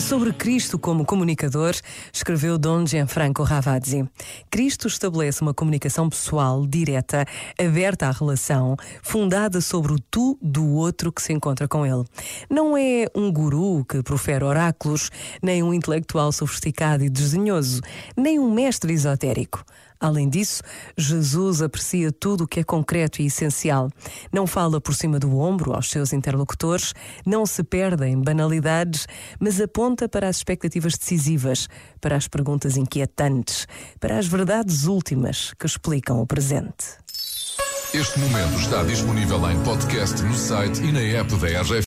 Sobre Cristo como comunicador, escreveu Dom Gianfranco Ravazzi. Cristo estabelece uma comunicação pessoal, direta, aberta à relação, fundada sobre o tu do outro que se encontra com ele. Não é um guru que profere oráculos, nem um intelectual sofisticado e desdenhoso, nem um mestre esotérico. Além disso, Jesus aprecia tudo o que é concreto e essencial. Não fala por cima do ombro aos seus interlocutores, não se perde em banalidades, mas aponta para as expectativas decisivas, para as perguntas inquietantes, para as verdades últimas que explicam o presente. Este momento está disponível em podcast no site e na app da RGF.